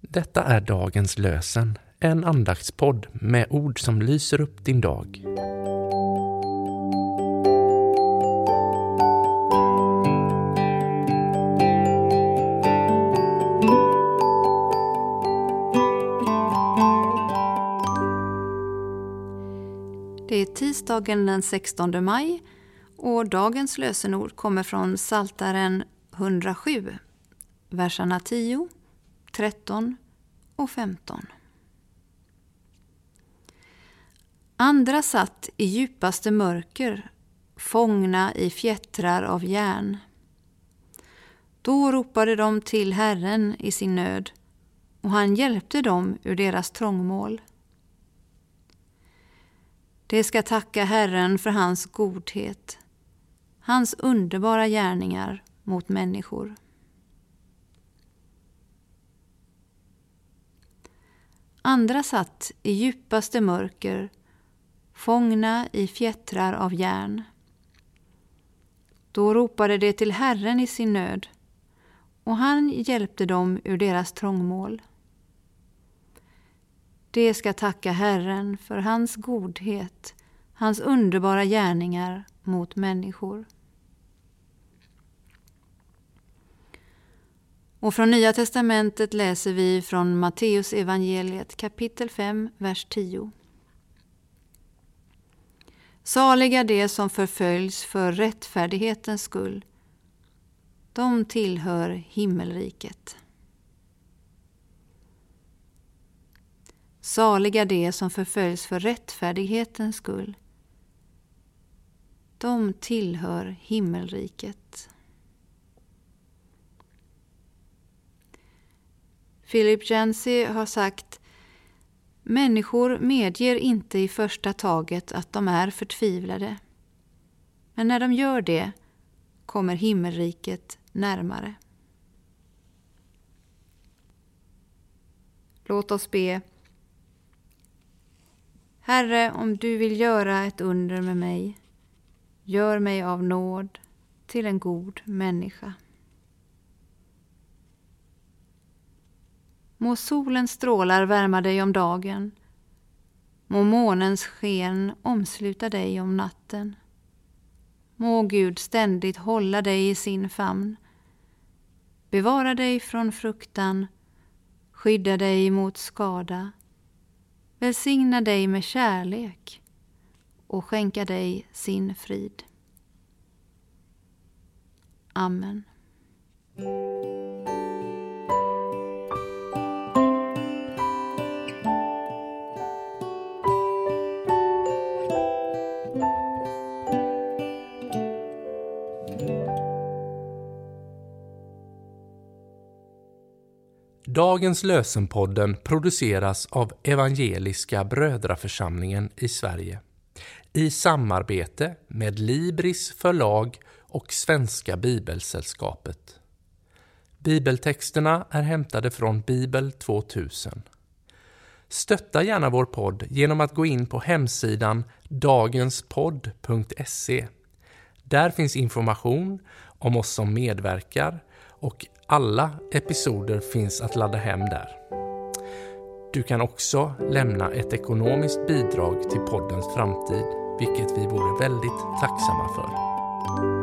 Detta är dagens lösen, en andaktspodd med ord som lyser upp din dag. Det är tisdagen den 16 maj och dagens lösenord kommer från Psaltaren 107, verserna 10, 13 och 15. Andra satt i djupaste mörker, fångna i fjättrar av järn. Då ropade de till Herren i sin nöd, och han hjälpte dem ur deras trångmål. De ska tacka Herren för hans godhet, hans underbara gärningar mot människor. Andra satt i djupaste mörker, fångna i fjättrar av järn. Då ropade de till Herren i sin nöd, och han hjälpte dem ur deras trångmål. De ska tacka Herren för hans godhet, hans underbara gärningar mot människor. Och från Nya testamentet läser vi från Matteus evangeliet kapitel 5, vers 10. Saliga de som förföljs för rättfärdighetens skull, de tillhör himmelriket. Saliga de som förföljs för rättfärdighetens skull, de tillhör himmelriket. Philip Yancey har sagt: människor medger inte i första taget att de är förtvivlade. Men när de gör det kommer himmelriket närmare. Låt oss be. Herre, om du vill göra ett under med mig, gör mig av nåd till en god människa. Må solens strålar värma dig om dagen, må månens sken omsluta dig om natten. Må Gud ständigt hålla dig i sin famn, bevara dig från fruktan, skydda dig mot skada, välsigna dig med kärlek och skänka dig sin frid. Amen. Dagens lösenpodden produceras av Evangeliska Brödraförsamlingen i Sverige i samarbete med Libris förlag och Svenska Bibelsällskapet. Bibeltexterna är hämtade från Bibel 2000. Stötta gärna vår podd genom att gå in på hemsidan dagenspodd.se. Där finns information om oss som medverkar och alla episoder finns att ladda hem där. Du kan också lämna ett ekonomiskt bidrag till poddens framtid, vilket vi vore väldigt tacksamma för.